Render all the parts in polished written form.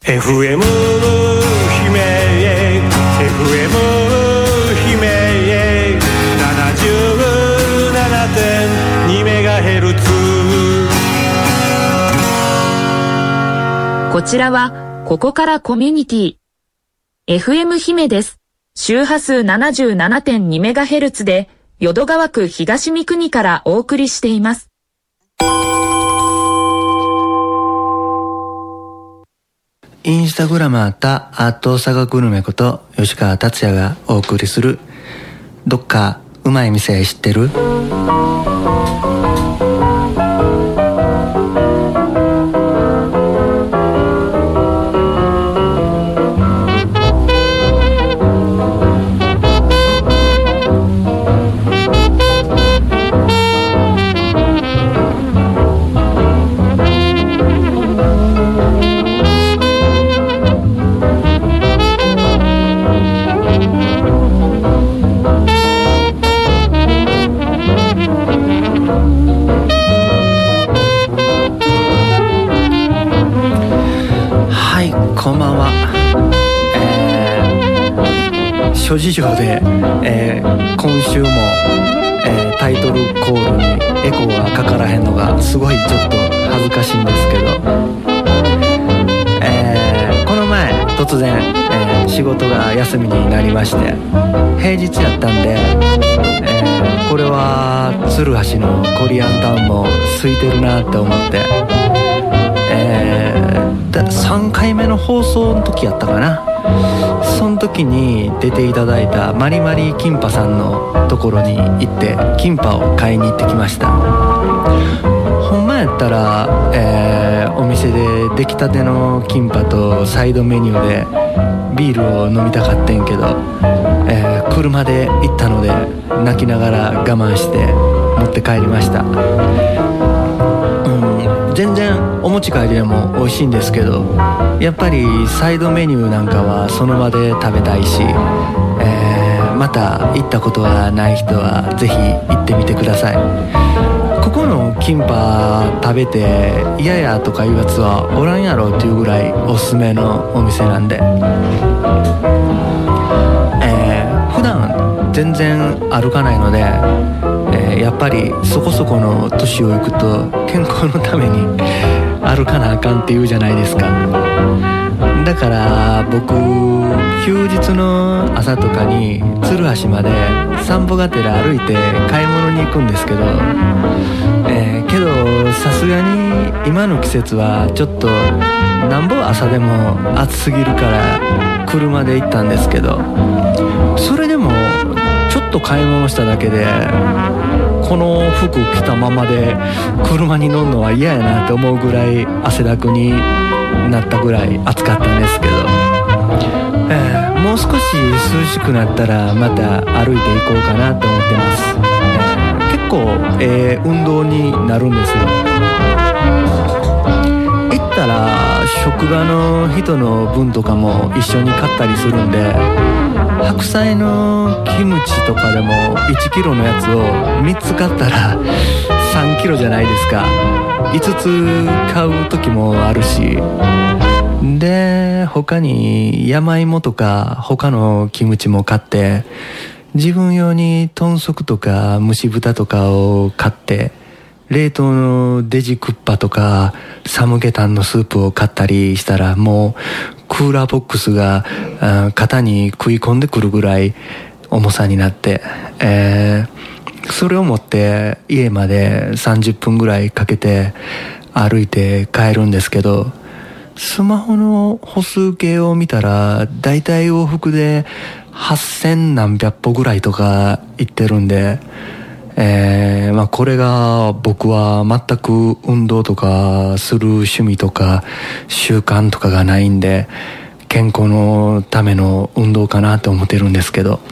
FM 姫へ FM 姫へ 77.2 メガヘルツ。 こちらはここからコミュニティ FM 姫です。周波数 77.2 メガヘルツで淀川区東三国からお送りしています。 インスタグラマーたアート大阪グルメこと吉川達也がお送りするどっかうまい店知ってる？こんばんは。諸事情で、今週も、タイトルコールにエコーがかからへんのがすごいちょっと恥ずかしいんですけど、この前突然、仕事が休みになりまして平日やったんで、これは鶴橋のコリアンタウンも空いてるなって思って、3回目の放送の時やったかな。その時に出ていただいたマリマリキンパさんのところに行ってキンパを買いに行ってきました。ほんまやったら、お店で出来たてのキンパとサイドメニューでビールを飲みたかったんけど、車で行ったので泣きながら我慢して持って帰りました。全然お持ち帰りでも美味しいんですけど、やっぱりサイドメニューなんかはその場で食べたいし、また行ったことがない人はぜひ行ってみてください。ここのキンパ食べて嫌やとかいうやつはおらんやろっていうぐらいおすすめのお店なんで、普段全然歩かないので、やっぱりそこそこの年をいくと健康のために歩かなあかんって言うじゃないですか。だから僕休日の朝とかに鶴橋まで散歩がてら歩いて買い物に行くんですけど、けどさすがに今の季節はちょっとなんぼ朝でも暑すぎるから車で行ったんですけど、それでもちょっと買い物しただけでこの服着たままで車に乗るのは嫌やなって思うぐらい汗だくになったぐらい暑かったんですけど、もう少し涼しくなったらまた歩いていこうかなと思ってます。結構、運動になるんですよ。行ったら職場の人の分とかも一緒に買ったりするんで、白菜のキムチとかでも1キロのやつを3つ買ったら3キロじゃないですか。5つ買う時もあるし、で他に山芋とか他のキムチも買って自分用に豚足とか蒸し豚とかを買って、冷凍のデジクッパとかサムゲタンのスープを買ったりしたら、もうクーラーボックスが肩に食い込んでくるぐらい重さになって、それを持って家まで30分ぐらいかけて歩いて帰るんですけど、スマホの歩数計を見たらだいたい往復で8000何百歩ぐらいとか行ってるんで、これが僕は全く運動とかする趣味とか習慣とかがないんで、健康のための運動かなと思ってるんですけど、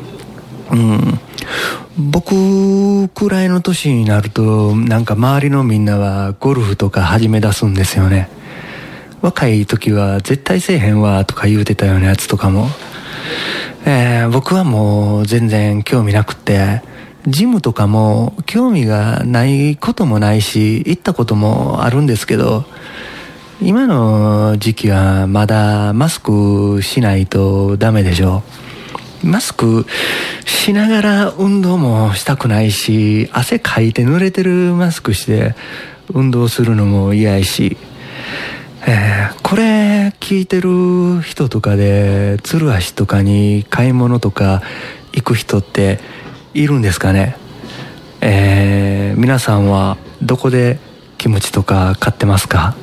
僕くらいの年になるとなんか周りのみんなはゴルフとか始め出すんですよね。若い時は絶対せえへんわとか言うてたようなやつとかも、僕はもう全然興味なくて、ジムとかも興味がないこともないし行ったこともあるんですけど、 今の時期はまだマスクしないとダメでしょ。マスクしながら運動もしたくないし、汗かいて濡れてるマスクして運動するのも嫌やし、これ聞いてる人とかで鶴橋とかに買い物とか行く人っているんですかね。皆さんはどこでキムチとか買ってますか？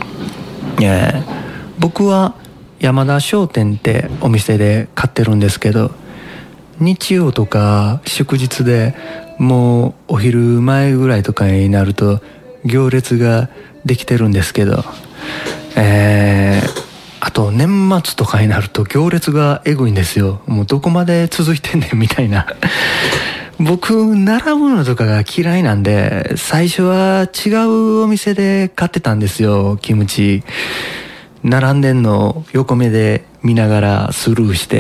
僕は山田商店ってお店で買ってるんですけど、日曜とか祝日でもうお昼前ぐらいとかになると行列ができてるんですけど、あと年末とかになると行列がえぐいんですよ。もうどこまで続いてんねんみたいな僕並ぶのとかが嫌いなんで、最初は違うお店で買ってたんですよ、キムチ。並んでんの横目で見ながらスルーして、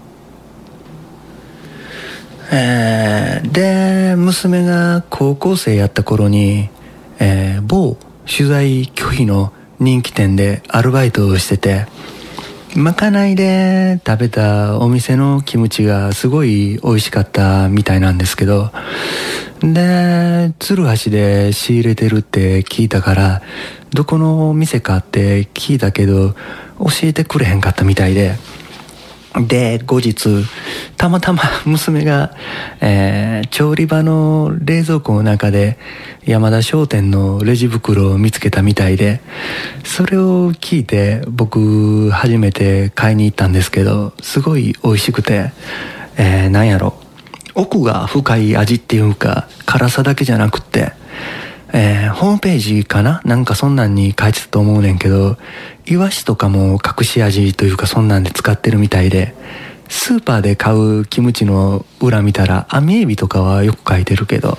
で娘が高校生やった頃に、某取材拒否の人気店でアルバイトをしてて、まかないで食べたお店のキムチがすごい美味しかったみたいなんですけど、で鶴橋で仕入れてるって聞いたから、どこの店かって聞いたけど教えてくれへんかったみたいで、後日たまたま娘が、調理場の冷蔵庫の中で山田商店のレジ袋を見つけたみたいで、それを聞いて僕初めて買いに行ったんですけど、すごい美味しくて、なんやろ、奥が深い味っていうか辛さだけじゃなくって、ホームページかな、なんかそんなんに書いてたと思うねんけど、イワシとかも隠し味というかそんなんで使ってるみたいで、スーパーで買うキムチの裏見たら網エビとかはよく書いてるけど、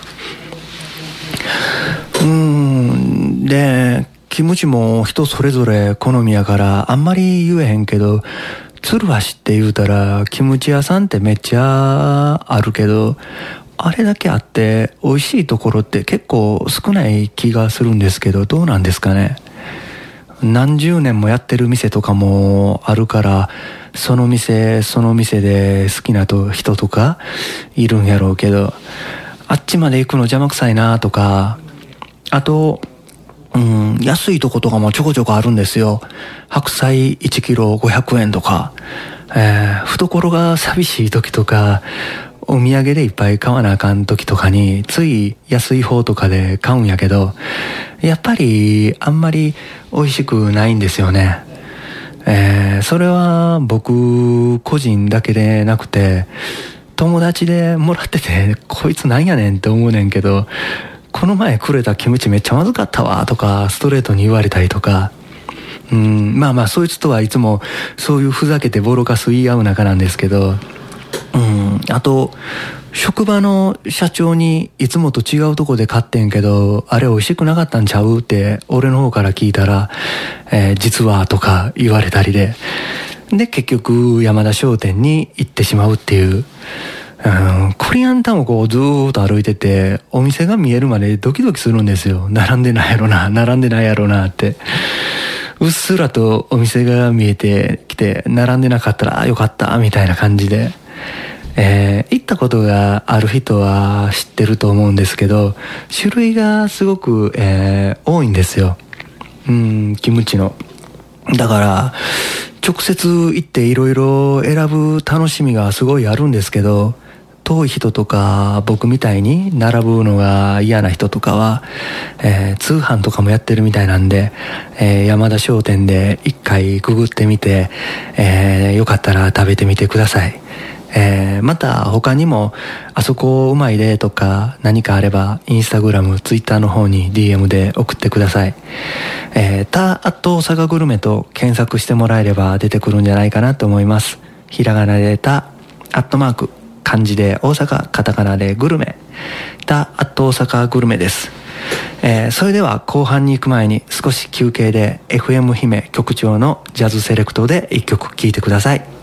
でキムチも人それぞれ好みやからあんまり言えへんけど、鶴橋って言うたらキムチ屋さんってめっちゃあるけど、あれだけあって美味しいところって結構少ない気がするんですけど、どうなんですかね。何十年もやってる店とかもあるから、その店その店で好きな人とかいるんやろうけど、あっちまで行くの邪魔くさいなとか、あと安いとことかもちょこちょこあるんですよ。白菜1キロ500円とか、懐が寂しい時とか、お土産でいっぱい買わなあかん時とかについ安い方とかで買うんやけど、やっぱりあんまり美味しくないんですよね。それは僕個人だけでなくて、友達でもらってて、こいつなんやねんって思うねんけど、この前くれたキムチめっちゃまずかったわとかストレートに言われたりとか、まあそいつとはいつもそういうふざけてボロカス言い合う仲なんですけど、あと職場の社長にいつもと違うとこで買ってんけど、あれ美味しくなかったんちゃうって俺の方から聞いたら、実はとか言われたりで、結局山田商店に行ってしまうっていう、コリアンタウンをこうずーっと歩いてて、お店が見えるまでドキドキするんですよ。並んでないやろな、並んでないやろなって。うっすらとお店が見えてきて、並んでなかったらよかったみたいな感じで、行ったことがある人は知ってると思うんですけど、種類がすごく、多いんですよ。キムチの。だから直接行っていろいろ選ぶ楽しみがすごいあるんですけど、遠い人とか僕みたいに並ぶのが嫌な人とかは、通販とかもやってるみたいなんで、山田商店で一回ググってみて、よかったら食べてみてください。また他にもあそこうまいでとか何かあればインスタグラム、ツイッターの方に DM で送ってください。タアット大阪グルメと検索してもらえれば出てくるんじゃないかなと思います。ひらがなでタアットマーク、漢字で大阪、カタカナでグルメ、タアット大阪グルメです。それでは後半に行く前に少し休憩で FM 姫局長のジャズセレクトで一曲聴いてください。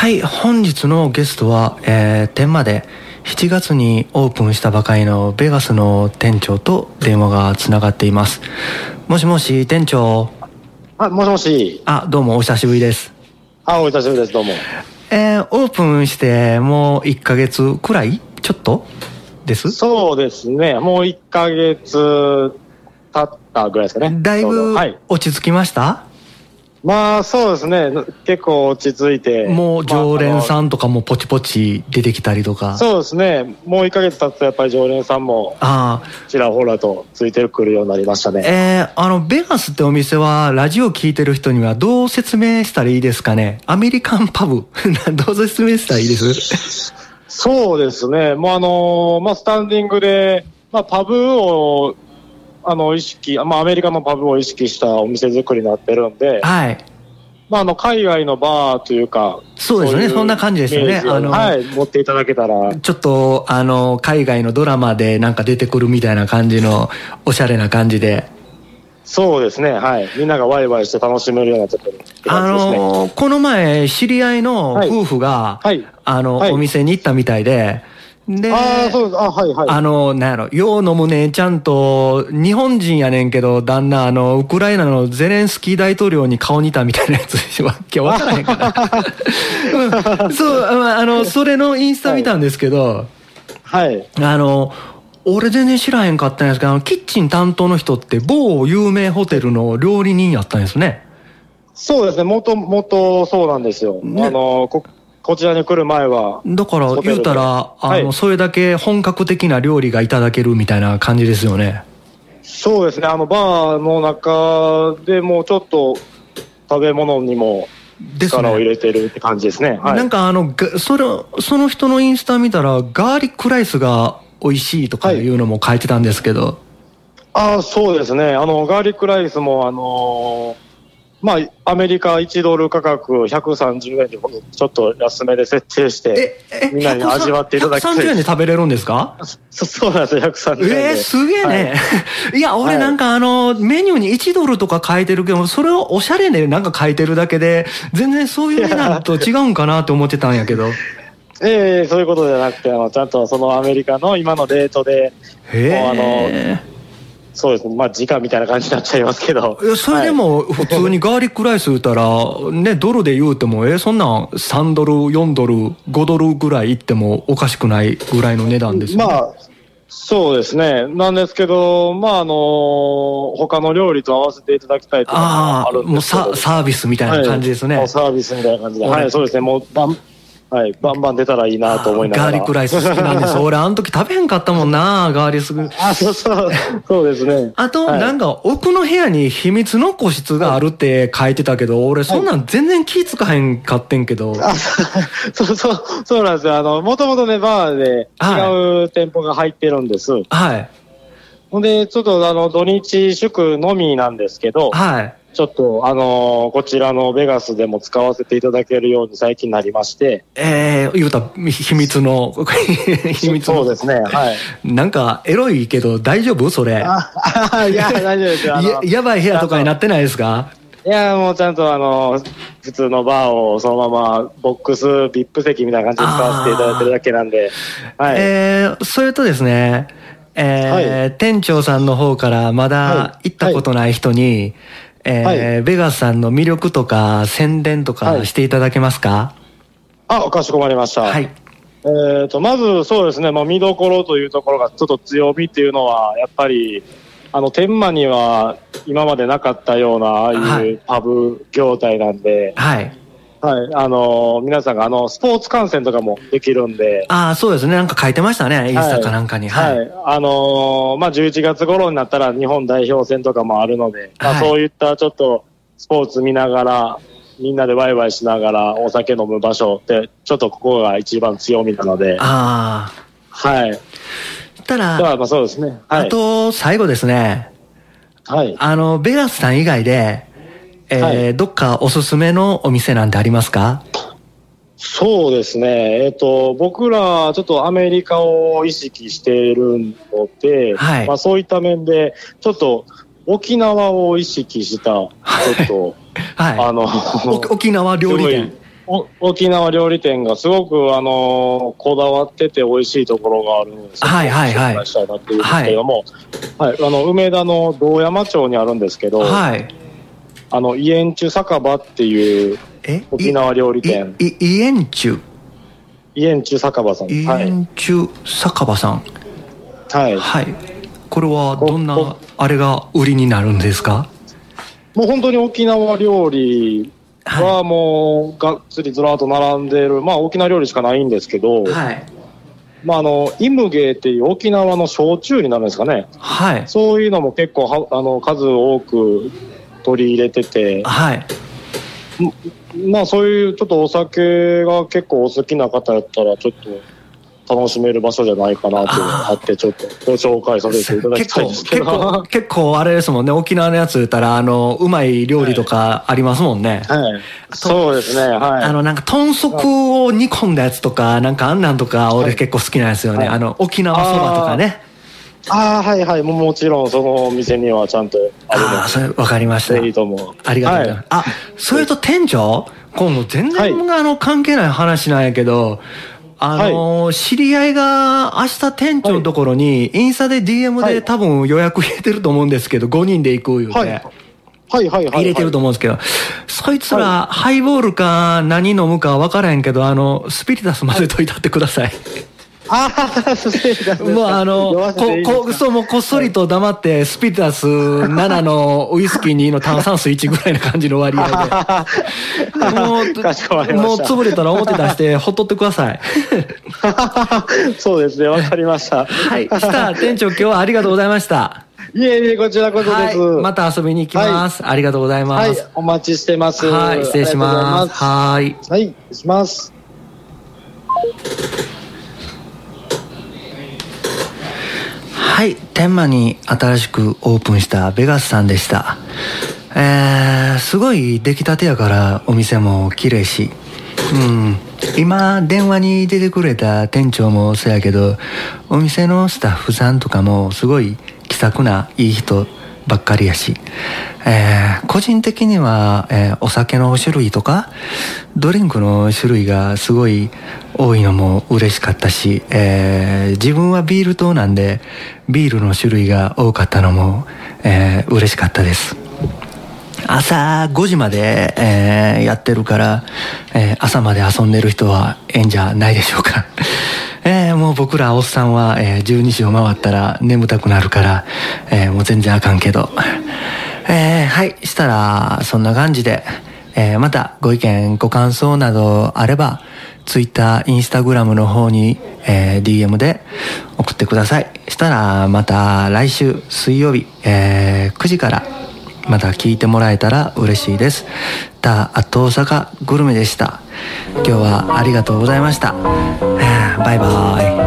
はい、本日のゲストは、天満で7月にオープンしたばかりのベガスの店長と電話がつながっています。もしもし、店長。 もしもし。 どうもお久しぶりです。 お久しぶりです、どうも。 オープンしてもう1ヶ月くらいちょっとです？ そうですね、もう1ヶ月経ったぐらいですかね。 だいぶ落ち着きました？ まあそうですね、結構落ち着いて、 もう常連さんとかもポチポチ出てきたりとか。 そうですね、もう1ヶ月経つとやっぱり常連さんもちらほらとついてくるようになりましたね。 ベガスってお店はラジオ聞いてる人にはどう説明したらいいですかね？アメリカンパブどう説明したらいいです？ そうですね、もうスタンディングで、パブを意識、アメリカのパブを意識したお店作りになってるんで、 はい。 海外のバーというか、 そうですね、そんな感じですよね。 持っていただけたら。 ちょっと、海外のドラマでなんか出てくるみたいな感じの、おしゃれな感じで。 そうですね、はい。みんながワイワイして楽しめるようなところって感じですね。 この前、知り合いの夫婦が、お店に行ったみたいで、で、 そうです。はいはい。 なんやろ、よう飲むね、ちゃんと、日本人やねんけど、旦那、ウクライナのゼレンスキー大統領に顔似たみたいなやつ、わけわからへんから。そう、それのインスタ見たんですけど、 はい。 俺全然知らへんかったんですけど、キッチン担当の人って某有名ホテルの料理人やったんですね。 そうですね、元そうなんですよ。ね、こちらに来る前は。 だから言うたら、それだけ本格的な料理がいただけるみたいな感じですよね。 そうですね、バーの中でもうちょっと食べ物にも力を入れてるって感じですね。 なんかその人のインスタ見たら、ガーリックライスが美味しいとかいうのも書いてたんですけど。 そうですね、ガーリックライスもアメリカ1ドル価格130円でちょっと安めで設定して、みんなに味わっていただきたい。 130円で食べれるんですか？ そうなんですよ、130円で。 すげえね。いや、俺なんかメニューに1ドルとか書いてるけど、それをおしゃれでなんか書いてるだけで、全然そういう値段と違うんかなって思ってたんやけど。 そういうことじゃなくて、ちゃんとそのアメリカの今のレートで、そうですね、時価みたいな感じになっちゃいますけど。 それでも普通にガーリックライス言ったら、ね、ドルで言うても、そんなん3ドル、4ドル、5ドルぐらいいってもおかしくないぐらいの値段ですよね。 そうですね。なんですけど、他の料理と合わせていただきたいというのがあるんですけど。 もうサービスみたいな感じですね。 サービスみたいな感じで。はい、そうですね。もうバンバン出たらいいなと思いながら。 ガーリックライス好きなんです。俺、あの時食べへんかったもんな、ガーリック。 そうですね。 あと、なんか、奥の部屋に秘密の個室があるって書いてたけど、俺、そんなん全然気つかへんかってんけど。 そうなんですよ。もともとね、バーで違う店舗が入ってるんです。 はい。 ほんで、ちょっと土日祝のみなんですけど、 はい。 ちょっとこちらのベガスでも使わせていただけるように最近なりまして。 言うた秘密の。 そうですね。はい。 なんか、エロいけど大丈夫それ。 いや、大丈夫ですよ。 やばい部屋とかになってないですか？ いや、もうちゃんと普通のバーをそのままボックス、VIP 席みたいな感じで使わせていただいてるだけなんで。 はい。それとですね、店長さんの方からまだ行ったことない人に、ベガスさんの魅力とか宣伝とかしていただけますか？ かしこまりました。はい。まずそうですね、見どころというところがちょっと強みっていうのは、やっぱり、天満には今までなかったような、ああいうパブ業態なんで、はい。はい。皆さんがスポーツ観戦とかもできるんで。 そうですね。なんか書いてましたね。インスタかなんかに。 はい。11月頃になったら日本代表戦とかもあるので、そういったちょっとスポーツ見ながら、みんなでワイワイしながらお酒飲む場所って、ちょっとここが一番強みなので。はい。 たら、 そうですね。 あと、最後ですね。はい。ベガスさん以外で、どっかおすすめのお店なんてありますか？ そうですね。僕ら、ちょっとアメリカを意識しているので、そういった面で、ちょっと沖縄を意識した、ちょっと、沖縄料理店。 沖縄料理店がすごくこだわってて美味しいところがあるので、 はいはいはい紹介したいなっていうんですけども、はい、梅田の堂山町にあるんですけど、 はい、 イエンチュ酒場っていう沖縄料理店。 イエンチュ酒場さん。 イエンチュ酒場さん。 はい。 はい。これはどんなあれが売りになるんですか？ もう本当に沖縄料理はもうがっつりずらっと並んでる、まあ沖縄料理しかないんですけど、はい。まあイムゲーっていう沖縄の焼酎になるんですかね。はい。そういうのも結構数多く取り入れてて、はい。まあそういうちょっとお酒が結構お好きな方やったらちょっと楽しめる場所じゃないかなというのがあってちょっとご紹介させていただきたいんですけど結構あれですもんね、沖縄のやつ言ったらうまい料理とかありますもんね。 はい、はい、そうですね。はい。 なんか豚足を煮込んだやつとかなんかあんなんとか俺結構好きなんですよね。はい、沖縄そばとかね。 はいはい、もちろんそのお店にはちゃんとあるので。 それ分かりました。 いいと思う。 ありがとうございます。はい、それと店長、こうもう全然関係ない話なんやけど、知り合いが明日店長のところにインスタで DM で多分予約入れてると思うんですけど、5人で行く言うて。入れてると思うんですけど、そいつらハイボールか何飲むか分からへんけど、スピリタス混ぜといたってください。もうこっそりと黙ってスピリタス7のウイスキー2の炭酸水1ぐらいな感じの割合でもう潰れたら表出してほっとってください。 そうですね、わかりました。 はい、した店長今日はありがとうございました。 いえいえ、こちらこそです。はい、 また遊びに行きます。はい、ありがとうございます。 はい、お待ちしてます。 はい、失礼します。はい。 はい、失礼します。 はい、天満に新しくオープンしたベガスさんでした。すごい出来たてやからお店も綺麗し、今電話に出てくれた店長もそうやけど、お店のスタッフさんとかもすごい気さくないい人ばっかりやし、個人的には、お酒の種類とかドリンクの種類がすごい多いのも嬉しかったし、自分はビール党なんでビールの種類が多かったのも、嬉しかったです。朝5時まで、やってるから、朝まで遊んでる人はええんじゃないでしょうか。もう僕らおっさんは、12時を回ったら眠たくなるから、もう全然あかんけど、はい、したらそんな感じで、またご意見ご感想などあればツイッターインスタグラムの方に、DM で送ってください。したらまた来週水曜日、9時からまた聞いてもらえたら嬉しいです。大阪グルメでした。今日はありがとうございました。バイバイ。